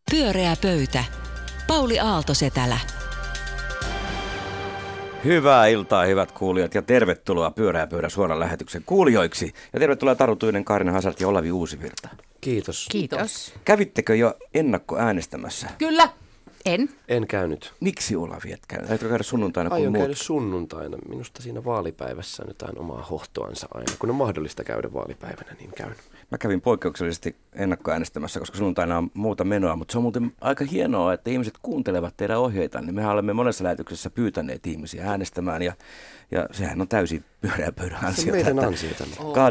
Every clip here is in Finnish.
Pyöreä pöytä. Pauli Aalto-Setälä. Hyvää iltaa, hyvät kuulijat, ja tervetuloa Pyöreä pöydän suoran lähetyksen kuulijoiksi. Ja tervetuloa Taru Tuinen, Kaarina Hasalt ja Olavi Uusivirta. Kiitos. Kiitos. Kävittekö jo ennakkoäänestämässä? Kyllä. En käynyt. Miksi Olavi et käynyt? Aiotko käydä sunnuntaina kuin Aion muut? käydä sunnuntaina. Minusta siinä vaalipäivässä on jotain omaa hohtoansa aina. Kun on mahdollista käydä vaalipäivänä, niin käyn. Mä kävin poikkeuksellisesti ennakkoäänestämässä, koska sunnuntaina on muuta menoa, mutta se on muuten aika hienoa, että ihmiset kuuntelevat teidän ohjeita. Niin mehän olemme monessa lähetyksessä pyytäneet ihmisiä äänestämään ja sehän on täysin Pyöreän pöydän ansiota. Se on meidän ansiota.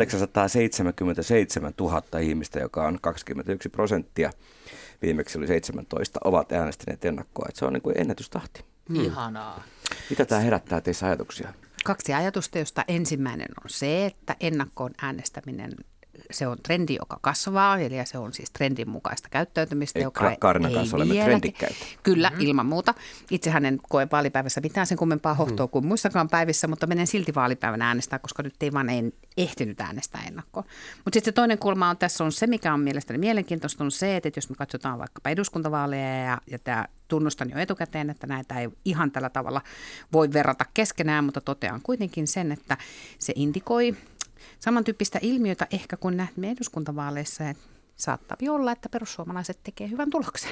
877 000 ihmistä, joka on 21%. Viimeksi oli 17, ovat äänestäneet ennakkoa. Että se on niin kuin ennätystahti. Ihanaa. Mitä tämä herättää teissä ajatuksia? 2 ajatusta, josta ensimmäinen on se, että ennakkoon äänestäminen, se on trendi, joka kasvaa, eli se on siis trendin mukaista käyttäytymistä, joka Kaarinan kanssa olemme trendikkäitä. Kyllä, ilman muuta. Itsehän en koe vaalipäivässä mitään sen kummempaa hohtoa kuin muissakaan päivissä, mutta menen silti vaalipäivänä äänestää, koska nyt ei vaan ehtinyt äänestää ennakkoon. Mutta sitten se toinen kulma on tässä on se, mikä on mielestäni mielenkiintoista, on se, että jos me katsotaan vaikkapa eduskuntavaaleja ja tämä tunnustan jo etukäteen, että näitä ei ihan tällä tavalla voi verrata keskenään, mutta totean kuitenkin sen, että se indikoi samantyyppistä ilmiötä ehkä kuin nähtiin eduskuntavaaleissa, että saattaa olla, että perussuomalaiset tekee hyvän tuloksen.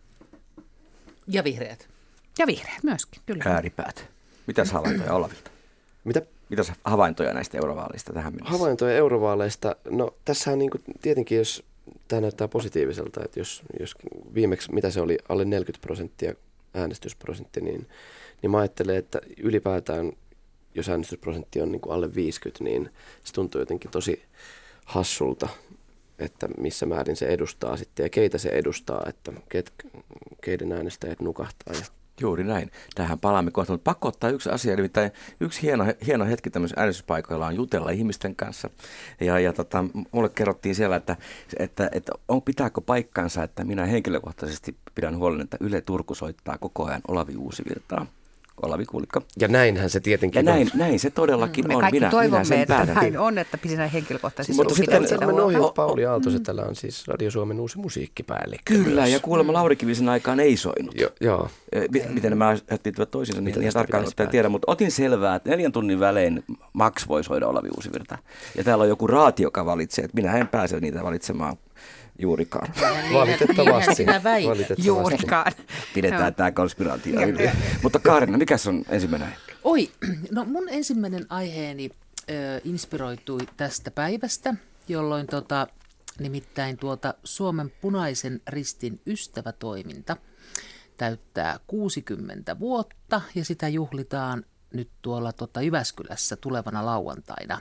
Ja vihreät. Ja vihreät myöskin, kyllä. Ääripäät. Mitäs havaintoja Olavilta? Mitäs havaintoja näistä eurovaaleista tähän mennessä? Havaintoja eurovaaleista. No tässähän niin kuin, tietenkin, jos tämä näyttää positiiviselta, että jos viimeksi, mitä se oli, alle 40% äänestysprosentti, niin mä ajattelen, että ylipäätään jos äänestysprosentti on niin kuin alle 50, niin se tuntuu jotenkin tosi hassulta, että missä määrin se edustaa sitten ja keitä se edustaa, että keiden äänestäjät nukahtaa. Juuri näin. Tähän palaamme kohta, mutta pakko ottaa yksi asia, nimittäin yksi hieno hetki tämmöisessä äänestyspaikoilla on jutella ihmisten kanssa. Mulle kerrottiin siellä, että pitääkö paikkansa, että minä henkilökohtaisesti pidän huolen, että Yle Turku soittaa koko ajan Olavi Uusivirtaa. Olavi, kuulitko? Ja näinhän se tietenkin on. Näin se todellakin me on. Me kaikki toivomme, että päätän. näin on, että pidetään henkilökohtaisesti. Mutta sitten Suomen ohjaaja Pauli Aalto-Setälä on siis Radio Suomen uusi musiikkipäällikkö. Kyllä, myös. Ja kuulemma Lauri Kivisen aikaan ei soinut. Joo. Miten nämä liittyvät toisiinsa, niin ihan tarkkaan ottaen tiedä, mutta otin selvää, että 4 tunnin välein Max voi soida Olavi Uusivirta. Ja täällä on joku raati, joka valitsee, että minä en pääse niitä valitsemaan. Juurikaan. Valitettavasti. Juurikaan. Pidetään tämä konspiraatio. Mutta Kaarina, mikä on ensimmäinen aihe? No mun ensimmäinen aiheeni inspiroitui tästä päivästä, jolloin nimittäin Suomen Punaisen Ristin ystävätoiminta täyttää 60 vuotta ja sitä juhlitaan nyt tuolla Jyväskylässä tulevana lauantaina.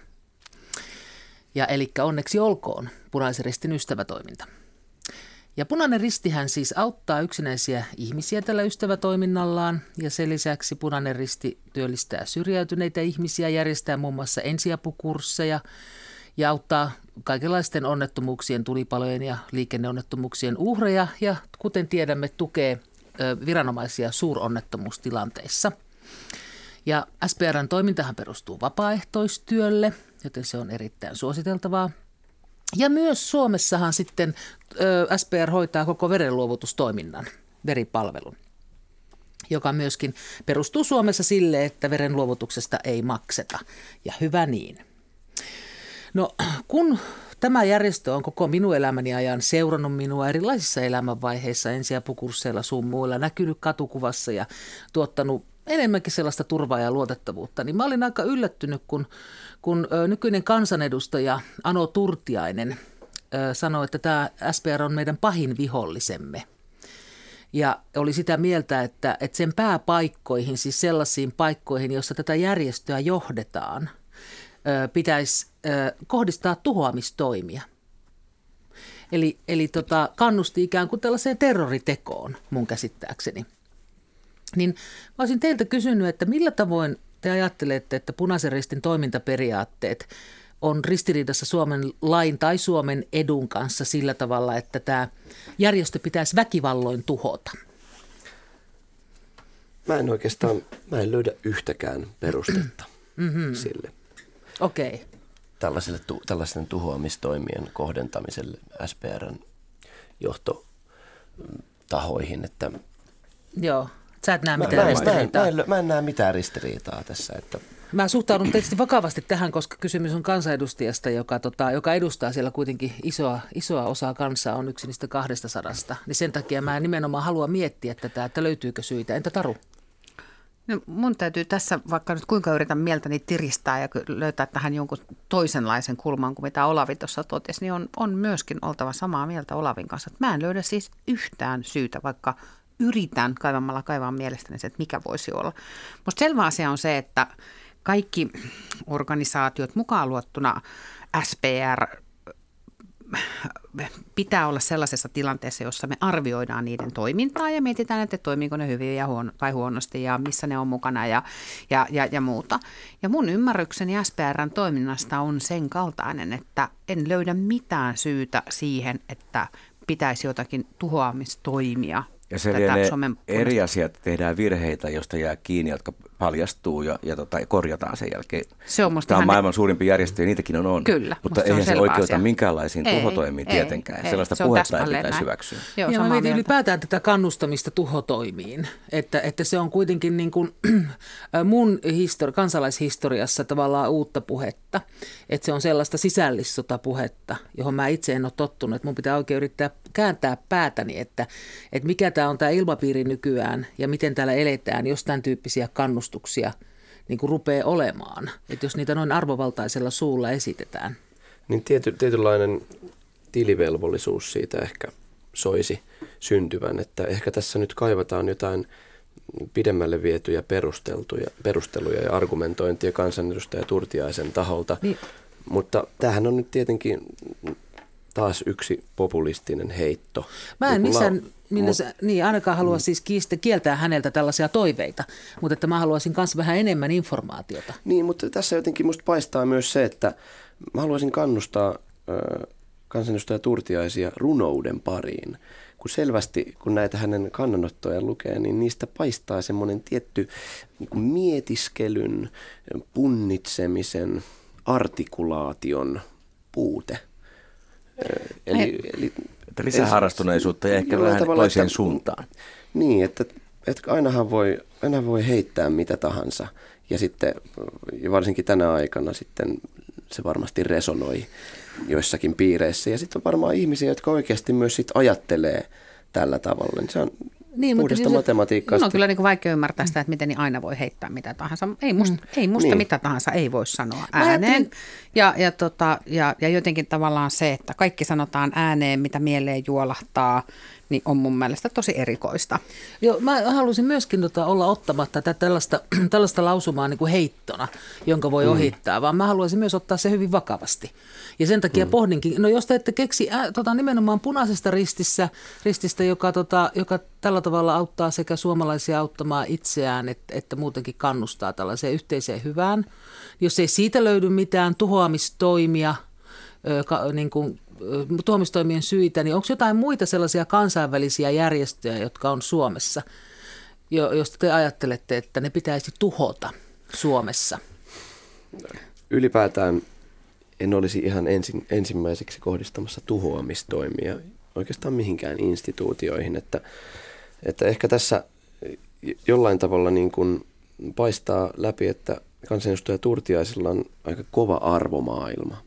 Ja elikkä onneksi olkoon Punaisen Ristin ystävätoiminta. Ja Punainen Ristihän siis auttaa yksinäisiä ihmisiä tällä ystävätoiminnallaan ja sen lisäksi Punainen Risti työllistää syrjäytyneitä ihmisiä, järjestää muun muassa ensiapukursseja ja auttaa kaikenlaisten onnettomuuksien, tulipalojen ja liikenneonnettomuuksien uhreja ja kuten tiedämme tukee viranomaisia suuronnettomuustilanteissa. Ja SPR:n toimintahan perustuu vapaaehtoistyölle, joten se on erittäin suositeltavaa. Ja myös Suomessahan sitten SPR hoitaa koko verenluovutustoiminnan, veripalvelun, joka myöskin perustuu Suomessa sille, että verenluovutuksesta ei makseta. Ja hyvä niin. No kun tämä järjestö on koko minun elämäni ajan seurannut minua erilaisissa elämänvaiheissa, ensiapukursseilla, sun muilla, näkynyt katukuvassa ja tuottanut enemmänkin sellaista turvaa ja luotettavuutta, niin mä olin aika yllättynyt, kun nykyinen kansanedustaja Ano Turtiainen sanoi, että tämä SPR on meidän pahin vihollisemme. Ja oli sitä mieltä, että sen pääpaikkoihin, siis sellaisiin paikkoihin, joissa tätä järjestöä johdetaan, pitäisi kohdistaa tuhoamistoimia. Eli kannusti ikään kuin tällaiseen terroritekoon mun käsittääkseni. Niin mä olisin teiltä kysynyt, että millä tavoin te ajattelette, että Punaisen Ristin toimintaperiaatteet on ristiriidassa Suomen lain tai Suomen edun kanssa sillä tavalla, että tämä järjestö pitäisi väkivalloin tuhota? Mä en löydä yhtäkään perustetta sille. Okei. Tällaisten tuhoamistoimien kohdentamiselle SPR:n johto tahoihin, että Joo, sä et näe mitään ristiriitaa. Mä en näe mitään ristiriitaa tässä. Että Mä suhtaudun tietysti vakavasti tähän, koska kysymys on kansanedustajasta, joka edustaa siellä kuitenkin isoa osaa kansaa, on yksi niistä 200. Niin sen takia mä nimenomaan haluan miettiä tätä, että löytyykö syitä. Entä Taru? No, mun täytyy tässä, vaikka nyt kuinka yritän mieltäni tiristää ja löytää tähän jonkun toisenlaisen kulman kuin mitä Olavi tuossa totesi, niin on myöskin oltava samaa mieltä Olavin kanssa. Mä en löydä siis yhtään syytä, vaikka yritän kaivaa mielestäni se, että mikä voisi olla. Musta selvä asia on se, että kaikki organisaatiot mukaan luottuna SPR pitää olla sellaisessa tilanteessa, jossa me arvioidaan niiden toimintaa ja mietitään, että toimiiko ne hyvin vai huonosti ja missä ne on mukana ja muuta. Ja mun ymmärrykseni SPR:n toiminnasta on sen kaltainen, että en löydä mitään syytä siihen, että pitäisi jotakin tuhoamistoimia. Ja se lienee eri asia, että tehdään virheitä, josta jää kiinni, jotka paljastuu ja korjataan sen jälkeen. Tämä on maailman suurimpia järjestöjä, niitäkin on. Kyllä, mutta eihän se oikeuta minkäänlaisiin tuhotoimiin tietenkään. Sellaista puhetta ei pitäisi hyväksyä. Joo, mä mietin ylipäätään tätä kannustamista tuhotoimiin, että se on kuitenkin niin kuin mun kansalaishistoriassa tavallaan uutta puhetta. Että se on sellaista sisällissotapuhetta, johon mä itse en ole tottunut. Että mun pitää oikein yrittää kääntää päätäni, että mikä tämä on tämä ilmapiiri nykyään ja miten täällä eletään, jos tämän tyyppisiä kannustuksia niin kuin rupeaa olemaan. Että jos niitä noin arvovaltaisella suulla esitetään. Niin tietynlainen tilivelvollisuus siitä ehkä soisi syntyvän, että ehkä tässä nyt kaivataan jotain pidemmälle vietyjä perusteluja ja argumentointia kansanedustaja Turtiaisen taholta. Niin. Mutta tämähän on nyt tietenkin taas yksi populistinen heitto. Mä en ainakaan halua siis kieltää häneltä tällaisia toiveita, mutta että mä haluaisin myös vähän enemmän informaatiota. Niin, mutta tässä jotenkin musta paistaa myös se, että mä haluaisin kannustaa kansanedustaja Turtiaisia runouden pariin. Kun selvästi, kun näitä hänen kannanottojaan lukee, niin niistä paistaa semmoinen tietty niin kuin mietiskelyn, punnitsemisen, artikulaation puute. Eli lisäharrastuneisuutta ja ehkä vähän toiseen suuntaan. Niin, että ainahan voi heittää mitä tahansa ja sitten ja varsinkin tänä aikana sitten se varmasti resonoi joissakin piireissä. Ja sitten on varmaan ihmisiä, jotka oikeasti myös sit ajattelee tällä tavalla. Se on puhdasta matematiikkaa. On kyllä niin vaikea ymmärtää sitä, että miten niin aina voi heittää mitä tahansa. Ei musta niin. Mitä tahansa ei voi sanoa ääneen. Ja jotenkin tavallaan se, että kaikki sanotaan ääneen, mitä mieleen juolahtaa, niin on mun mielestä tosi erikoista. Joo, mä halusin myöskin olla ottamatta tällaista lausumaa niin kuin heittona, jonka voi ohittaa, vaan mä haluaisin myös ottaa se hyvin vakavasti. Ja sen takia pohdinkin, no jos te ette keksi nimenomaan punaisesta rististä, joka tällä tavalla auttaa sekä suomalaisia auttamaan itseään, että muutenkin kannustaa tällaiseen yhteiseen hyvään. Jos ei siitä löydy mitään tuhoamistoimia, niin kuin tuhoamistoimien syitä, niin onko jotain muita sellaisia kansainvälisiä järjestöjä, jotka on Suomessa, josta te ajattelette, että ne pitäisi tuhota Suomessa? Ylipäätään en olisi ihan ensimmäiseksi kohdistamassa tuhoamistoimia oikeastaan mihinkään instituutioihin, että ehkä tässä jollain tavalla niin kuin paistaa läpi, että kansanedustaja Turtiaisella on aika kova arvomaailma,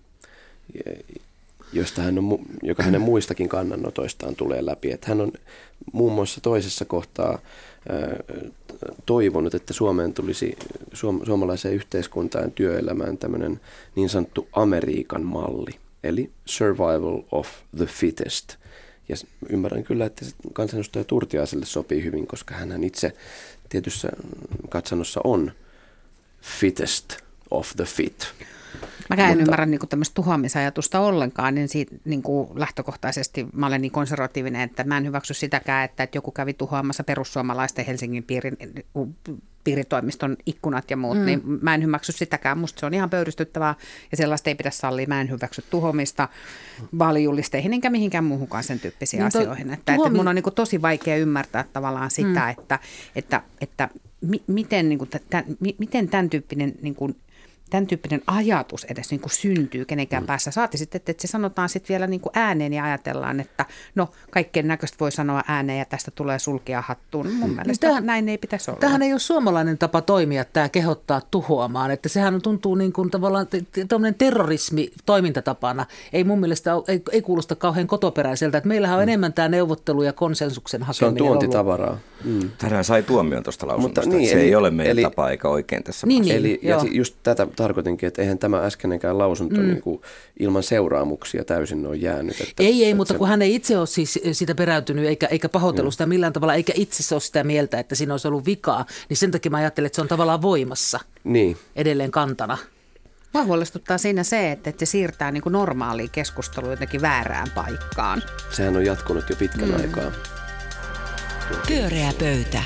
joka hänen muistakin kannanotoistaan tulee läpi. Että hän on muun muassa toisessa kohtaa toivonut, että Suomeen tulisi suomalaiseen yhteiskuntaan ja työelämään tämmöinen niin sanottu Amerikan malli, eli survival of the fittest. Ja ymmärrän kyllä, että kansanedustaja Turtiaiselle sopii hyvin, koska hän itse tietyssä katsannossa on fittest of the fit. Mä en ymmärrä niin tämmöistä tuhoamisajatusta ollenkaan, niin, niin lähtökohtaisesti mä olen niin konservatiivinen, että mä en hyväksy sitäkään, että joku kävi tuhoamassa perussuomalaisten Helsingin piiritoimiston ikkunat ja muut, niin mä en hyväksy sitäkään. Musta se on ihan pöyristyttävää ja sellaista ei pidä sallia. Mä en hyväksy tuhomista vaalijulisteihin enkä mihinkään muuhunkaan sen tyyppisiin asioihin. Että mun on niin tosi vaikea ymmärtää tavallaan sitä, että miten tämän tyyppinen niin tämän tyyppinen ajatus edes niin kuin syntyy kenenkään päässä. Saati sitten, että se sanotaan sitten vielä niin kuin ääneen ja ajatellaan, että no kaikkien näköistä voi sanoa ääneen ja tästä tulee sulkea hattuun. Mun mielestä näin ei pitäisi olla. Tämähän ei ole suomalainen tapa toimia, tämä kehottaa tuhoamaan. Että sehän tuntuu niin kuin tavallaan tämmöinen terrorismi toimintatapana. Ei mun mielestä ei kuulosta kauhean kotoperäiseltä. Että meillähän on enemmän tämä neuvottelu ja konsensuksen hakeminen. Se on tuontitavaraa. Tänään sai tuomion tuosta lausunnosta. Mutta niin, se ei ole meidän tapa eikä oikein tässä maassa. Eli just tätä tarkoitinkin, että eihän tämä äskeinenkään lausunto niin kuin ilman seuraamuksia täysin ole jäänyt. Että, ei, mutta kun hän ei itse ole siis sitä peräytynyt eikä pahoitellut sitä millään tavalla, eikä itse ole sitä mieltä, että siinä olisi ollut vikaa, niin sen takia mä ajattelen, että se on tavallaan voimassa edelleen kantana. Mua huolestuttaa siinä se, että se siirtää niin kuin normaalia keskustelua jotenkin väärään paikkaan. Sehän on jatkunut jo pitkän aikaa. Pyöreä pöytä.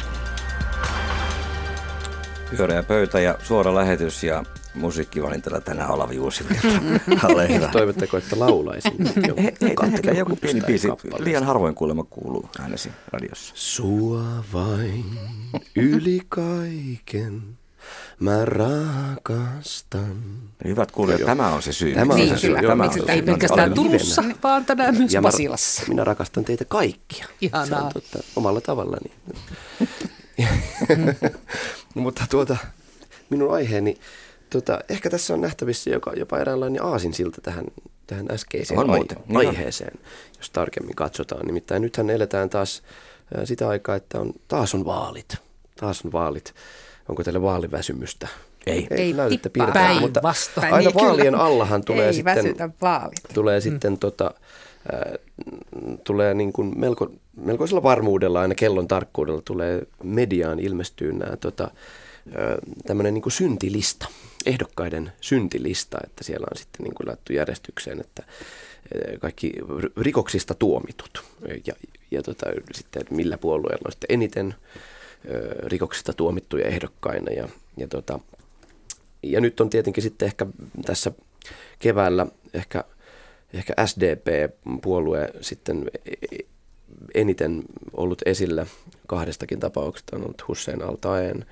Pyöreä pöytä ja suora lähetys ja musiikkivalintana tänään Olavi Uusivirta. Toivotteko, että laulaisin? Ei, joku pieni biisi. Liian harvoin kuulemma kuuluu äänesi radiossa. Sua vain yli kaiken mä rakastan. Hyvät kuulijat, tämä on se syy. Tämä on se syy. Ei pelkästään Turussa, vaan tänään myös Pasilassa. Minä rakastan teitä kaikkia. Ihanaa. Se on omalla tavallani. Mutta minun aiheeni, ehkä tässä on nähtävissä jopa eräänlainen aasinsilta tähän äskeiseen aiheeseen, jos tarkemmin katsotaan. Nimittäin nythän eletään taas sitä aikaa, että taas on vaalit. Onko teille vaaliväsymystä? Ei näytätte piirteitä, mutta vastaan. aina vaalien allahan tulee sitten tulee niin kuin melkoisella varmuudella, aina kellon tarkkuudella tulee mediaan ilmestyy nämä tämmöinen niin kuin syntilista, ehdokkaiden syntilista, että siellä on sitten niin kuin laittu järjestykseen, että kaikki rikoksista tuomitut ja sitten millä puolueella on sitten eniten rikoksista tuomittuja ehdokkaina ja nyt on tietenkin sitten ehkä tässä keväällä ehkä SDP-puolue sitten eniten ollut esillä kahdestakin tapauksesta, on ollut Hussein al-Taeen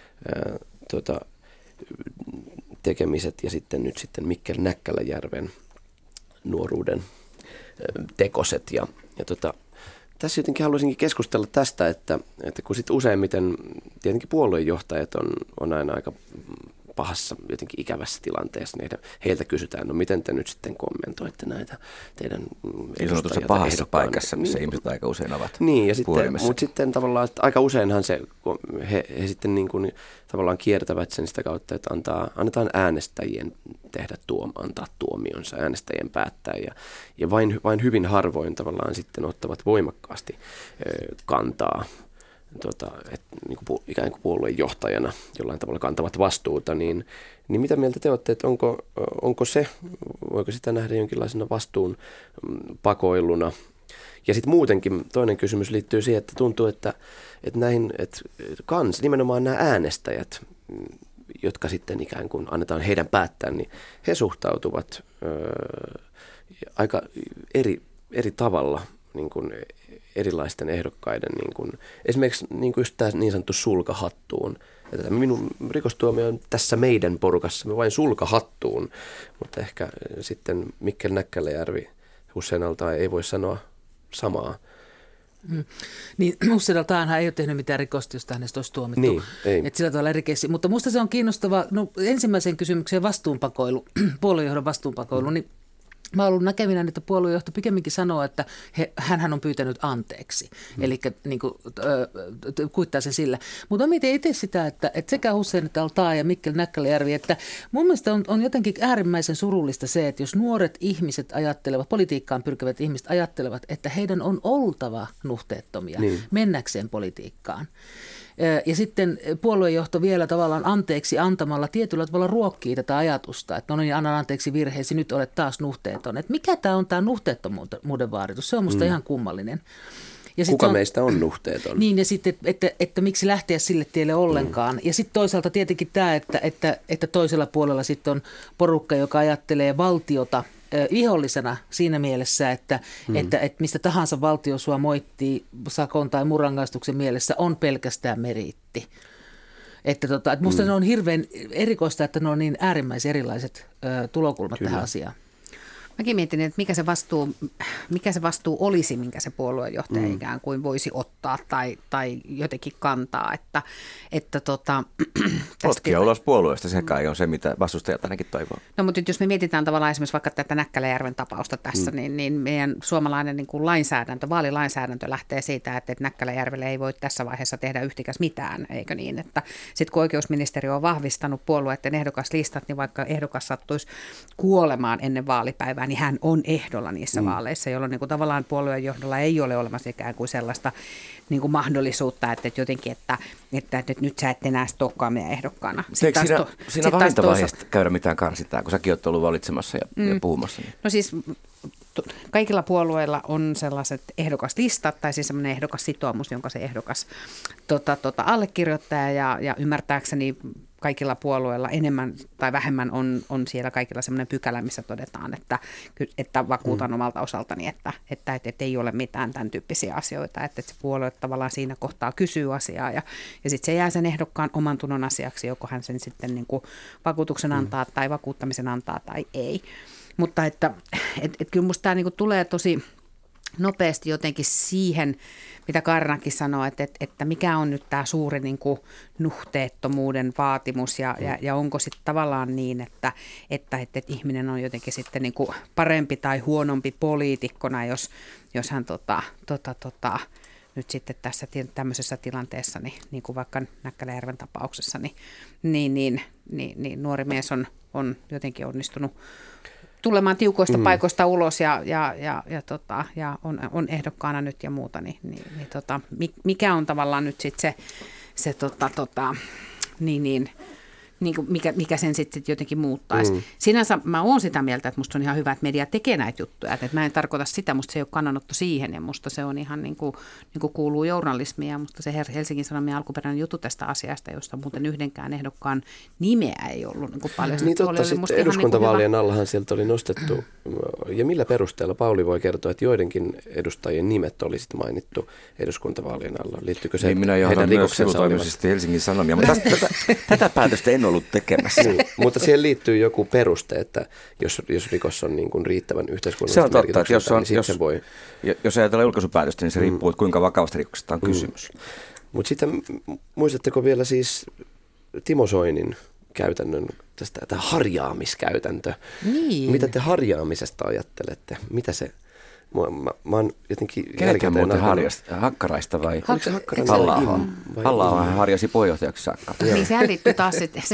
tekemiset ja sitten nyt sitten Mikkel Näkkäläjärven nuoruuden tekoset ja tässä jotenkin haluaisinkin keskustella tästä, että kun sitten useimmiten tietenkin puoluejohtajat on aina aika pahassa jotenkin ikävässä tilanteessa, niin heiltä kysytään, no miten te nyt sitten kommentoitte näitä teidän edustajia pahassa paikassa, missä ihmiset aika usein ovat. Niin, mutta sitten tavallaan, että aika useinhan he sitten niin kuin tavallaan kiertävät sen sitä kautta, että annetaan äänestäjien antaa tuomionsa, äänestäjien päättää ja vain hyvin harvoin tavallaan sitten ottavat voimakkaasti kantaa. Niin kuin ikään kuin puolueen johtajana jollain tavalla kantavat vastuuta, niin mitä mieltä te olette, että onko se, voiko sitä nähdä jonkinlaisena vastuun pakoiluna? Ja sitten muutenkin toinen kysymys liittyy siihen, että tuntuu, että nimenomaan nämä äänestäjät, jotka sitten ikään kuin annetaan heidän päättää, niin he suhtautuvat aika eri tavalla niin kuin erilaisten ehdokkaiden, niin kuin, esimerkiksi niin kuin just tämä niin sanottu sulkahattuun. Että minun rikostuomio on tässä meidän porukassa, me vain sulkahattuun, mutta ehkä sitten Mikkel Näkkäläjärvi Hussein al-Taee ei voi sanoa samaa. Niin Hussein al-Taeehan ei ole tehnyt mitään rikosta, josta hänestä olisi tuomittu. Niin, ei. Että sillä tavalla eri keissi. Mutta minusta se on kiinnostava, ensimmäiseen kysymykseen vastuunpakoilu, puoluejohdon vastuunpakoilu, niin mä oon ollut näkevinä, että puoluejohto pikemminkin sanoo, että hänhän on pyytänyt anteeksi. Eli niin kuittaa sen sillä. Mutta mä mietin itse sitä, että sekä Hussein al-Taee ja Mikkel Näkkäläjärvi, että mun mielestä on jotenkin äärimmäisen surullista se, että jos nuoret ihmiset ajattelevat, politiikkaan pyrkivät ihmiset ajattelevat, että heidän on oltava nuhteettomia mennäkseen politiikkaan. Ja sitten puoluejohto vielä tavallaan anteeksi antamalla tietyllä tavalla ruokkii tätä ajatusta, että no niin, annan anteeksi virheesi, nyt olet taas nuhteeton. Että mikä tämä on tämä nuhteettomuuden vaaditus? Se on musta ihan kummallinen. Ja kuka meistä on nuhteeton? Niin, ja sitten, että miksi lähteä sille tielle ollenkaan. Ja sitten toisaalta tietenkin tämä, että toisella puolella sitten on porukka, joka ajattelee valtiota vihollisena siinä mielessä, että mistä tahansa valtio sua moittii sakon tai muun rangaistuksen mielessä on pelkästään meriitti. Että musta se on hirveän erikoista, että ne on niin äärimmäisen erilaiset tulokulmat tähän asiaan. Mäkin mietin, että mikä se vastuu olisi, minkä se puoluejohtaja ikään kuin voisi ottaa tai jotenkin kantaa. Potkia ulos puolueesta, se kai on se, mitä vastustajat ainakin toivoo. No mutta jos me mietitään tavallaan esimerkiksi vaikka tätä Näkkäläjärven tapausta tässä, niin meidän suomalainen niin kuin vaalilainsäädäntö lähtee siitä, että Näkkäläjärvelle ei voi tässä vaiheessa tehdä yhtikäs mitään, eikö niin? Että sitten kun oikeusministeriö on vahvistanut puolueiden ehdokaslistat, niin vaikka ehdokas sattuisi kuolemaan ennen vaalipäivää, niin hän on ehdolla niissä vaaleissa, jolloin niin kuin tavallaan puolueen johdolla ei ole olemassa ikään kuin sellaista niin kuin mahdollisuutta, että jotenkin, että nyt sä et enää olekaan meidän ehdokkaana. Eikö siinä valintavaiheessa käydä mitään karsitaan, kun säkin olet ollut valitsemassa ja puhumassa? Niin. No siis kaikilla puolueilla on sellaiset ehdokaslistat tai siis semmoinen ehdokassitoumus, jonka se ehdokas allekirjoittaa ja ymmärtääkseni kaikilla puolueilla enemmän tai vähemmän on siellä kaikilla semmoinen pykälä, missä todetaan, että vakuutan omalta osaltani, että ei ole mitään tämän tyyppisiä asioita, että se puolue tavallaan siinä kohtaa kysyy asiaa ja sitten se jää sen ehdokkaan oman tunnon asiaksi, joko hän sen sitten niin kuin vakuutuksen antaa tai vakuuttamisen antaa tai ei. Mutta että kyllä musta tämä niinku tulee tosi nopeasti jotenkin siihen, mitä Kaarinakin sanoi, että mikä on nyt tämä suuri niinku nuhteettomuuden vaatimus ja onko sitten tavallaan niin, että ihminen on jotenkin sitten niinku parempi tai huonompi poliitikkona, jos hän nyt sitten tässä tämmöisessä tilanteessa, niin kuin vaikka Näkkäläjärven tapauksessa, niin nuori mies on jotenkin onnistunut tulemaan tiukoista paikoista ulos ja on ehdokkaana nyt ja muuta, mikä on tavallaan nyt sitten se mikä sen sitten jotenkin muuttaisi. Sinänsä mä oon sitä mieltä, että musta on ihan hyvä, että media tekee näitä juttuja. Että mä en tarkoita sitä, musta se ei ole kannanotto siihen ja musta se on ihan niin kuin kuuluu journalismiin. Ja musta se Helsingin Sanomien alkuperäinen juttu tästä asiasta, josta muuten yhdenkään ehdokkaan nimeä ei ollut niin kuin paljon. Niin totta, sitten eduskuntavaalien allahan sieltä oli nostettu. Ja millä perusteella Pauli voi kertoa, että joidenkin edustajien nimet oli sitten mainittu eduskuntavaalien alla? Liittyykö se niin, minä johdan myös sivutoimisesti Helsingin Sanomia, mutta tätä päätöstä en ollut tekemässä. Mutta siihen liittyy joku peruste, että jos rikos on niin kuin riittävän yhteiskunnallisesti merkitykseltä, niin sitten se voi. Jos ajatellaan julkaisupäätöstä, niin se riippuu, että kuinka vakavasta rikoksesta on kysymys. Mutta sitten muistatteko vielä siis Timo Soinin käytännön, tämä harjaamiskäytäntö. Niin. Mitä te harjaamisesta ajattelette? Mitä se? Mä oon jotenkin jälkeen muuten Hakkaraista vai Halla-ahoa harjasi puheenjohtajaksi saakka. Niin sehän liittyy taas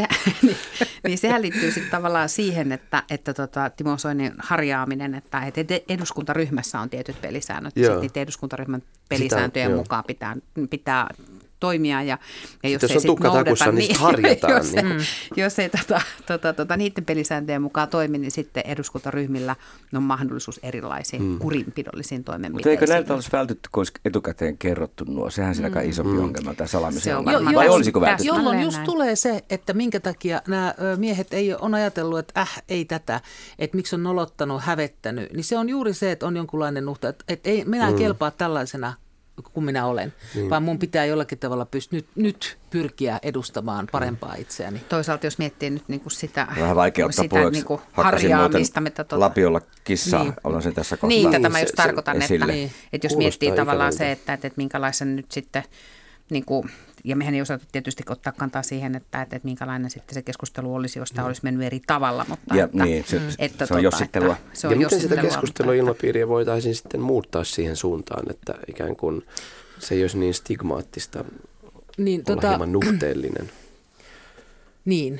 sehän liittyy sitten tavallaan siihen, että Timo Soinin harjaaminen, että eduskuntaryhmässä on tietyt pelisäännöt. Sitten niiden eduskuntaryhmän pelisääntöjen mukaan pitää toimia ja jos ei sitten noudata, niin harjataan. Jos ei niiden pelisääntöjen mukaan toimi, niin sitten eduskuntaryhmillä on mahdollisuus erilaisiin kurinpidollisiin toimenpiteisiin. Mutta eikö näiltä olisi vältytty, kun olisi etukäteen kerrottu nuo? Sehän siinä kai isompi ongelma tämä salaamisen. Vai olisiko vältytty? Jolloin just tulee se, että minkä takia nämä miehet on ajatellut, että ei tätä, että miksi on nolottanut, hävettänyt. Niin se on juuri se, että on jonkunlainen nuhta, että ei minä kelpaa tällaisena kuin minä olen, vaan mun pitää jollakin tavalla nyt pyrkiä edustamaan parempaa itseäni. Toisaalta jos miettii nyt niinku sitä, vähän vaikea ottaa puheeksi. Niinku harjaamista. Lapiolla kissaa, olen sen tässä kohtaa. Niin, tätä mä just tarkoitan, että jos miettii tavallaan se, että minkälaisen nyt sitten, niinku, ja mehän ei osata tietysti ottaa kantaa siihen, että minkälainen sitten se keskustelu olisi, jos tämä olisi mennyt eri tavalla. Mutta ja, se on jossittelua. Ja miten sitä keskusteluilmapiiriä voitaisiin sitten muuttaa siihen suuntaan, että ikään kuin se ei olisi niin stigmaattista, olla hieman nuhteellinen? Niin.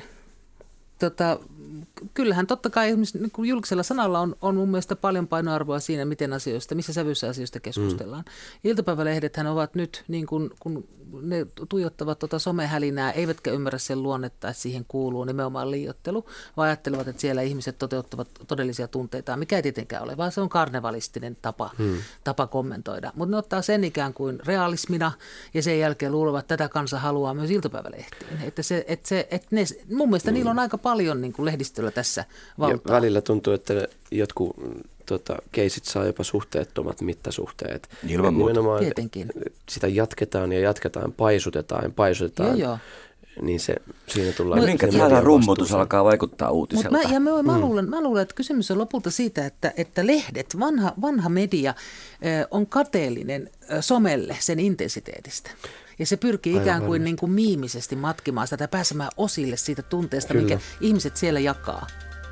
Kyllähän totta kai niin julkisella sanalla on mun mielestä paljon painoarvoa siinä, missä sävyssä asioista keskustellaan. Iltapäivälehdethän ovat nyt, niin kun ne tuijottavat somehälinää, eivätkä ymmärrä sen luonnetta, että siihen kuuluu nimenomaan liioittelu, vaan ajattelevat, että siellä ihmiset toteuttavat todellisia tunteitaan, mikä ei tietenkään ole, vaan se on karnevalistinen tapa kommentoida. Mutta ne ottaa sen ikään kuin realismina ja sen jälkeen luulevat, että tätä kansa haluaa myös iltapäivälehtiin. Mun mielestä niillä on aika paljon niin kuin lehdistöllä tässä valtaa. Ja välillä tuntuu, että jotkut keisit saa jopa suhteettomat mittasuhteet. Ilman muuta. Tietenkin. Sitä jatketaan ja paisutetaan. Joo. niin siinä tullaan... Minkä tällä rummutus alkaa vaikuttaa uutiselta? Mä luulen, että kysymys on lopulta siitä, että lehdet, vanha media on kateellinen somelle sen intensiteetistä. Ja se pyrkii ikään kuin, niin kuin miimisesti matkimaan sitä, pääsemään osille siitä tunteesta, mikä ihmiset siellä jakaa.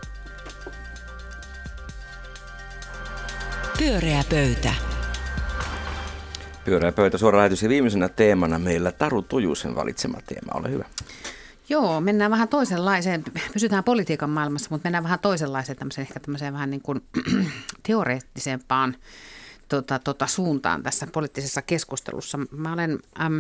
Pyöreä pöytä. Pyöreä pöytä, suora lähetys ja viimeisenä teemana meillä Taru Tujusen valitsema teema. Ole hyvä. Joo, mennään vähän toisenlaiseen, pysytään politiikan maailmassa, mutta mennään vähän toisenlaiseen, ehkä tämmöiseen vähän niin kuin teoreettisempaan suuntaan tässä poliittisessa keskustelussa. Mä olen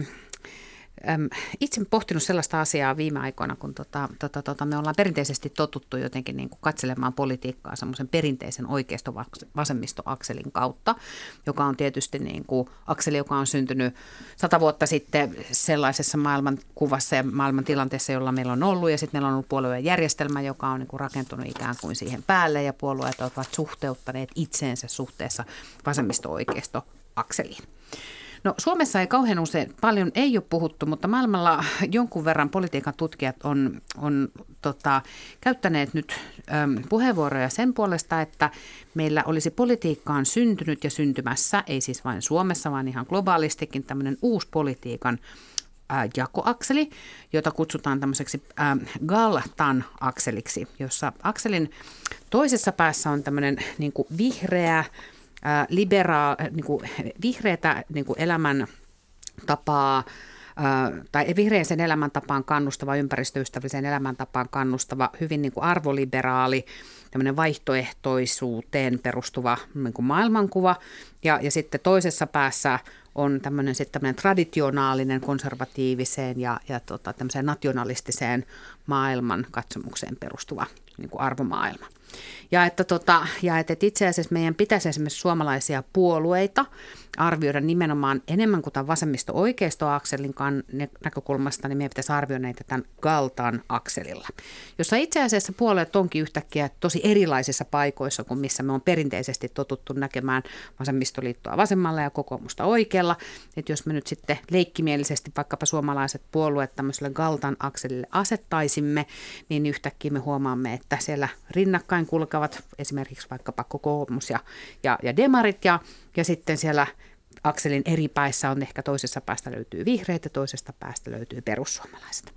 itse pohtinut sellaista asiaa viime aikoina, kun me ollaan perinteisesti totuttu jotenkin niin kuin katselemaan politiikkaa semmoisen perinteisen oikeisto-vasemmisto-akselin kautta, joka on tietysti niin kuin akseli, joka on syntynyt 100 vuotta sitten sellaisessa maailmankuvassa ja maailmantilanteessa, jolla meillä on ollut, ja sitten meillä on ollut puolueen järjestelmä, joka on niin kuin rakentunut ikään kuin siihen päälle, ja puolueet ovat suhteuttaneet itseensä suhteessa vasemmisto-oikeisto-akseliin. No, Suomessa ei kauhean usein paljon ei ole puhuttu, mutta maailmalla jonkun verran politiikan tutkijat on käyttäneet nyt puheenvuoroja sen puolesta, että meillä olisi politiikkaan syntynyt ja syntymässä, ei siis vain Suomessa, vaan ihan globaalistikin tämmöinen uusi politiikan jakoakseli, jota kutsutaan tämmöiseksi Galtan-akseliksi, jossa akselin toisessa päässä on tämmöinen niin kuin vihreä, vihreätä niin kuin elämäntapaa tai vihreän elämäntapaan kannustava, ympäristöystävällisen elämäntapaan kannustava, hyvin niin kuin arvoliberaali, tämmöinen vaihtoehtoisuuteen perustuva niin kuin maailmankuva. Ja sitten toisessa päässä on tämmöinen traditionaalinen, konservatiiviseen ja tämmöiseen nationalistiseen maailman katsomukseen perustuva niin kuin arvomaailma. Ja että itse asiassa meidän pitäisi esimerkiksi suomalaisia puolueita arvioida nimenomaan enemmän kuin tämän vasemmisto-oikeisto-akselin näkökulmasta, niin meidän pitäisi arvioida näitä tämän Galtan akselilla, jossa itse asiassa puolueet onkin yhtäkkiä tosi erilaisissa paikoissa kuin missä me on perinteisesti totuttu näkemään vasemmistoliittoa vasemmalla ja kokoomusta oikealla. Että jos me nyt sitten leikkimielisesti vaikkapa suomalaiset puolueet tämmöiselle Galtan akselille asettaisimme, niin yhtäkkiä me huomaamme, että siellä rinnakkain kulkevat esimerkiksi vaikkapa kokoomus ja demarit ja sitten siellä akselin eri päissä on ehkä toisessa päästä löytyy vihreät ja toisesta päästä löytyy perussuomalaiset.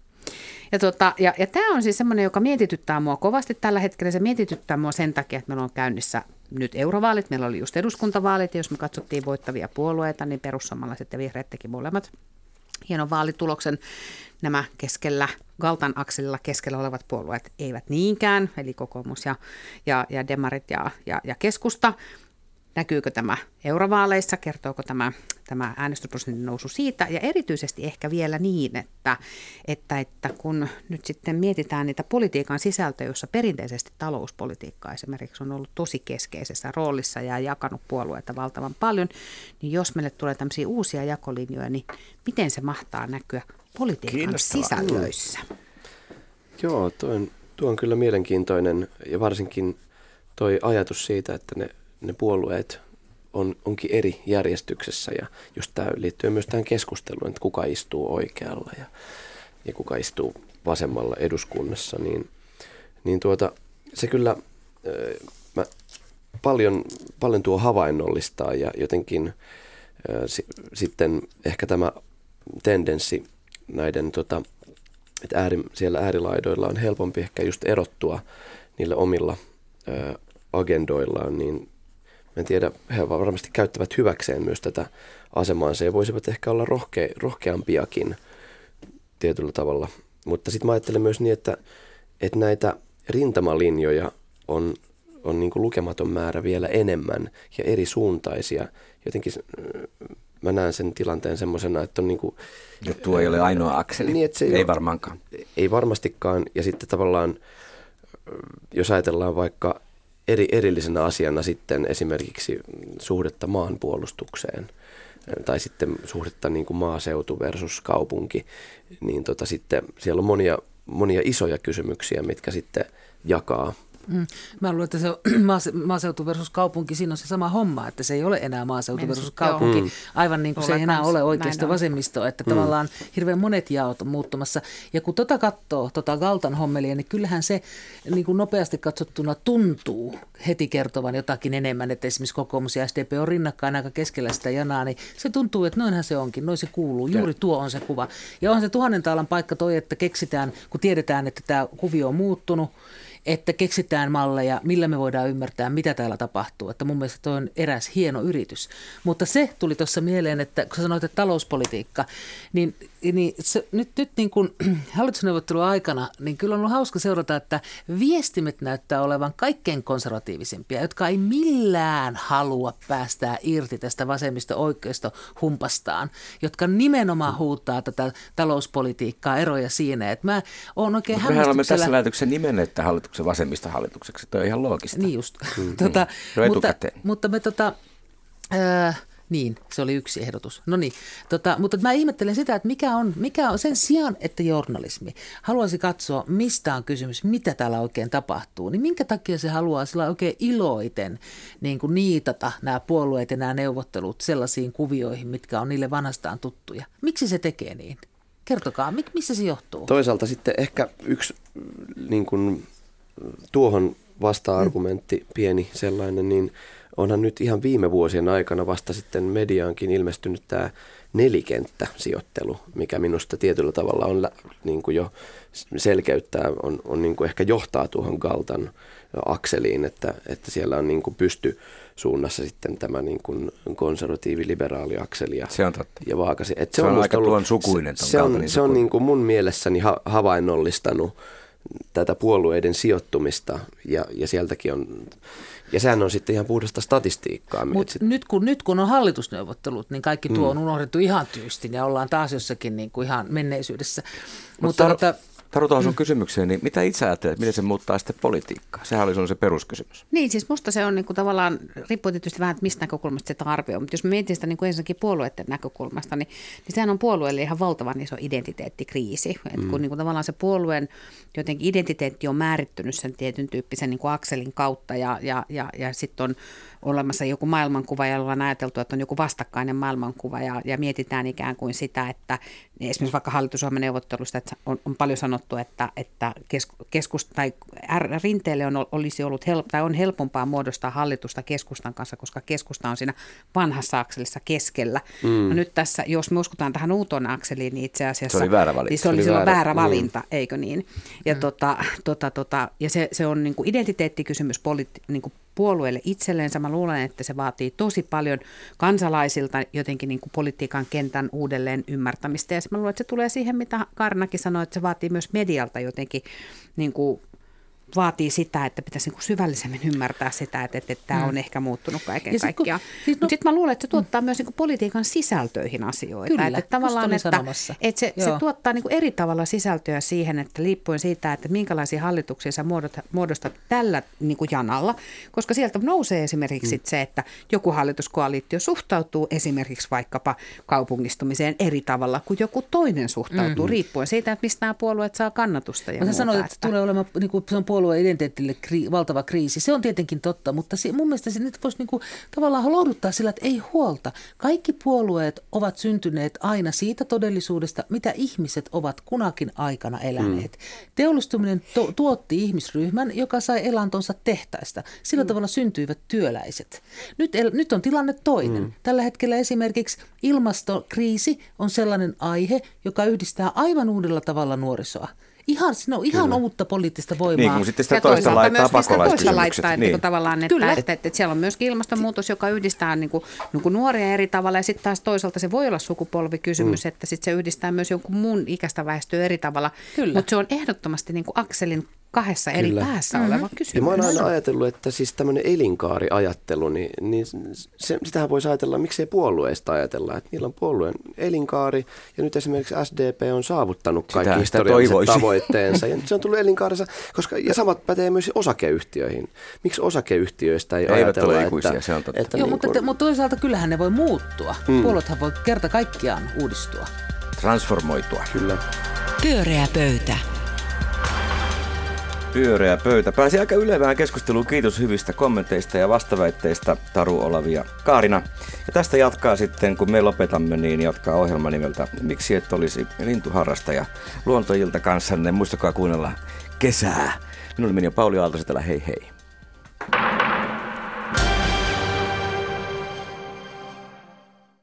Ja tämä on siis semmoinen, joka mietityttää mua kovasti tällä hetkellä. Se mietityttää mua sen takia, että meillä on käynnissä nyt eurovaalit. Meillä oli just eduskuntavaalit ja jos me katsottiin voittavia puolueita, niin perussuomalaiset ja vihreät teki molemmat hienon vaalituloksen. Nämä keskellä, Galtan akselilla keskellä olevat puolueet eivät niinkään, eli kokoomus ja demarit ja keskusta. Näkyykö tämä eurovaaleissa, kertooko tämä äänestysprosentin nousu siitä ja erityisesti ehkä vielä niin, että kun nyt sitten mietitään niitä politiikan sisältöjä, jossa perinteisesti talouspolitiikka esimerkiksi on ollut tosi keskeisessä roolissa ja jakanut puolueita valtavan paljon, niin jos meille tulee tämmöisiä uusia jakolinjoja, niin miten se mahtaa näkyä politiikan sisällöissä? Joo, tuo on kyllä mielenkiintoinen ja varsinkin toi ajatus siitä, että ne puolueet onkin eri järjestyksessä ja just tämä liittyy myös tähän keskusteluun, että kuka istuu oikealla ja kuka istuu vasemmalla eduskunnassa, niin se kyllä paljon tuo havainnollistaa ja jotenkin sitten ehkä tämä tendenssi näiden, että siellä äärilaidoilla on helpompi ehkä just erottua niille omilla agendoillaan, niin en tiedä, he varmasti käyttävät hyväkseen myös tätä asemaansa ja voisivat ehkä olla rohkeampiakin tietyllä tavalla. Mutta sitten mä ajattelen myös niin, että näitä rintamalinjoja on niin kuin lukematon määrä vielä enemmän ja eri suuntaisia. Jotenkin mä näen sen tilanteen semmoisena, että on niin kuin... Ja tuo ei ole ainoa akseli, niin, ei varmaankaan. Ei varmastikaan ja sitten tavallaan, jos ajatellaan vaikka erillisenä asiana sitten esimerkiksi suhdetta maanpuolustukseen tai sitten suhdetta niin kuin maaseutu versus kaupunki, niin sitten siellä on monia isoja kysymyksiä, mitkä sitten jakaa Mä luulen, että se on maaseutu versus kaupunki, siinä on se sama homma, että se ei ole enää maaseutu versus kaupunki, aivan niin kuin se ei enää ole oikeisto vasemmisto, että tavallaan hirveän monet jaot on muuttumassa. Ja kun katsoo Galtan hommelia, niin kyllähän se niin kuin nopeasti katsottuna tuntuu heti kertovan jotakin enemmän, että esimerkiksi kokoomus ja SDP on rinnakkain aika keskellä sitä janaa, niin se tuntuu, että noinhan se onkin, noin se kuuluu, juuri tuo on se kuva. Ja onhan se 1000 taalan paikka toi, että keksitään, kun tiedetään, että tämä kuvio on muuttunut, että keksitään malleja, millä me voidaan ymmärtää, mitä täällä tapahtuu. Että mun mielestä toi on eräs hieno yritys. Mutta se tuli tuossa mieleen, että kun sä sanoit, että talouspolitiikka, niin se, nyt niin kuin hallitusneuvottelun aikana, niin kyllä on ollut hauska seurata, että viestimet näyttää olevan kaikkein konservatiivisimpia, jotka ei millään halua päästää irti tästä vasemmisto-oikeisto-humpastaan, jotka nimenomaan huutaa tätä talouspolitiikkaa, eroja siinä. Että mä oon oikein hämmästyksellä. Mehän olemme tässä lähetyksessä nimenneet hallituksen vasemmistohallitukseksi. Toi on ihan loogista. Niin just. Mutta me niin, se oli yksi ehdotus. No niin, mutta mä ihmettelen sitä, että mikä on sen sijaan, että journalismi haluaisi katsoa, mistä on kysymys, mitä täällä oikein tapahtuu, niin minkä takia se haluaa sillä oikein iloiten niin kuin niitata nämä puolueet ja nämä neuvottelut sellaisiin kuvioihin, mitkä on niille vanhastaan tuttuja. Miksi se tekee niin? Kertokaa, missä se johtuu? Toisaalta sitten ehkä yksi niin kuin tuohon vasta-argumentti, pieni sellainen, niin onhan nyt ihan viime vuosien aikana vasta sitten mediaankin ilmestynyt tämä nelikenttäsijoittelu, mikä minusta tietyllä tavalla on niin kuin jo selkeyttää, on niin kuin ehkä johtaa tuohon Galtan akseliin, että siellä on niin kuin pystysuunnassa sitten tämä niin kuin konservatiivi-liberaali akseli ja vaakasi. Se on aika tuon sukuinen. Se on niin kuin mun mielessäni havainnollistanut tätä puolueiden sijoittumista ja sieltäkin on. Ja sehän on sitten ihan puhdasta statistiikkaa. Mutta nyt kun on hallitusneuvottelut, niin kaikki tuo on unohdettu ihan tyystin ja ollaan taas jossakin niin kuin ihan menneisyydessä. Taru, tuohon sun kysymykseen, niin mitä itse ajattelet, miten se muuttaa sitten politiikkaa? Sehän oli sun se peruskysymys. Niin, siis musta se on niin kuin tavallaan, riippuu tietysti vähän, että mistä näkökulmasta sitä arvioi, mutta jos mä mietin sitä niin kuin ensinnäkin puolueiden näkökulmasta, niin sehän on puolueelle ihan valtavan iso identiteettikriisi. Että kun niin kuin tavallaan se puolueen jotenkin identiteetti on määrittynyt sen tietyn tyyppisen niin kuin akselin kautta ja sitten on olemassa joku maailmankuva, jolla on ajateltu, että on joku vastakkainen maailmankuva ja mietitään ikään kuin sitä, että esimerkiksi vaikka hallitusohjelmaneuvottelusta, että on paljon sanottu, että Rinteelle olisi ollut on helpompaa muodostaa hallitusta keskustan kanssa, koska keskusta on siinä vanhassa akselissa keskellä. No nyt tässä, jos me uskotaan tähän uutoon akseliin, niin itse asiassa se oli väärä valinta. Niin se oli silloin väärä valinta, eikö niin? Ja, ja se on niin kuin identiteettikysymys niin kuin puolueelle itselleensä. Mä luulen, että se vaatii tosi paljon kansalaisilta jotenkin niin kuin politiikan kentän uudelleen ymmärtämistä. Ja mä luulen, että se tulee siihen, mitä Kaarinakin sanoi, että se vaatii myös medialta jotenkin niin kuin vaatii sitä, että pitäisi niin syvällisemmin ymmärtää sitä, että tämä on ehkä muuttunut kaiken kaikkiaan. Mutta sitten mä luulen, että se tuottaa myös niin politiikan sisältöihin asioita. Kyllä, että tavallaan, että se tuottaa niin eri tavalla sisältöä siihen, että liippuen siitä, että minkälaisia hallituksia sä muodostat tällä niin janalla, koska sieltä nousee esimerkiksi se, että joku hallituskoalitio suhtautuu esimerkiksi vaikkapa kaupungistumiseen eri tavalla kuin joku toinen suhtautuu, riippuen siitä, että mistä nämä puolueet saa kannatusta ja muuta. Sä sanoit, että tulee olemaan niin kuin se on puolueen identiteetille valtava kriisi. Se on tietenkin totta, mutta mun mielestä se nyt voisi niinku tavallaan lohduttaa sillä, että ei huolta. Kaikki puolueet ovat syntyneet aina siitä todellisuudesta, mitä ihmiset ovat kunakin aikana eläneet. Teollistuminen tuotti ihmisryhmän, joka sai elantonsa tehtaista. Sillä tavalla syntyivät työläiset. Nyt on tilanne toinen. Tällä hetkellä esimerkiksi ilmastokriisi on sellainen aihe, joka yhdistää aivan uudella tavalla nuorisoa. Ihan uutta poliittista voimaa. Niin, kun sitten sitä toista laittaa pakolaiskysymykset. Niin. Tavallaan, että siellä on myöskin ilmastonmuutos, joka yhdistää niin kuin nuoria eri tavalla, ja sitten taas toisaalta se voi olla sukupolvikysymys, että sitten se yhdistää myös jonkun muun ikäistä väestöä eri tavalla. Mutta se on ehdottomasti niin kuin akselin kahdessa eri päässä oleva kysymys. Ja mä oon aina ajatellut, että siis tämmöinen elinkaariajattelu, niin sitähän voisi ajatella, miksei puolueista ajatella, että niillä on puolueen elinkaari, ja nyt esimerkiksi SDP on saavuttanut kaikki historialliset tavoitteensa, ja nyt se on tullut elinkaarensa, ja samat pätee myös osakeyhtiöihin. Miksi osakeyhtiöistä ei ajatella, ole ikuisia, se on totta. Että joo, mutta toisaalta kyllähän ne voi muuttua. Puolueethan voi kerta kaikkiaan uudistua. Transformoitua. Kyllä. Pyöreä pöytä. Pyöreä pöytä. Pääsi aika ylevään keskusteluun. Kiitos hyvistä kommenteista ja vastaväitteistä, Taru, Olavi ja Kaarina. Ja tästä jatkaa sitten, kun me lopetamme, niin jatkaa ohjelma nimeltä Miksi et olisi lintuharrastaja luontoilta kanssanne. Muistakaa kuunnella kesää. Minun nimeni on Pauli Aaltosetälä. Hei hei.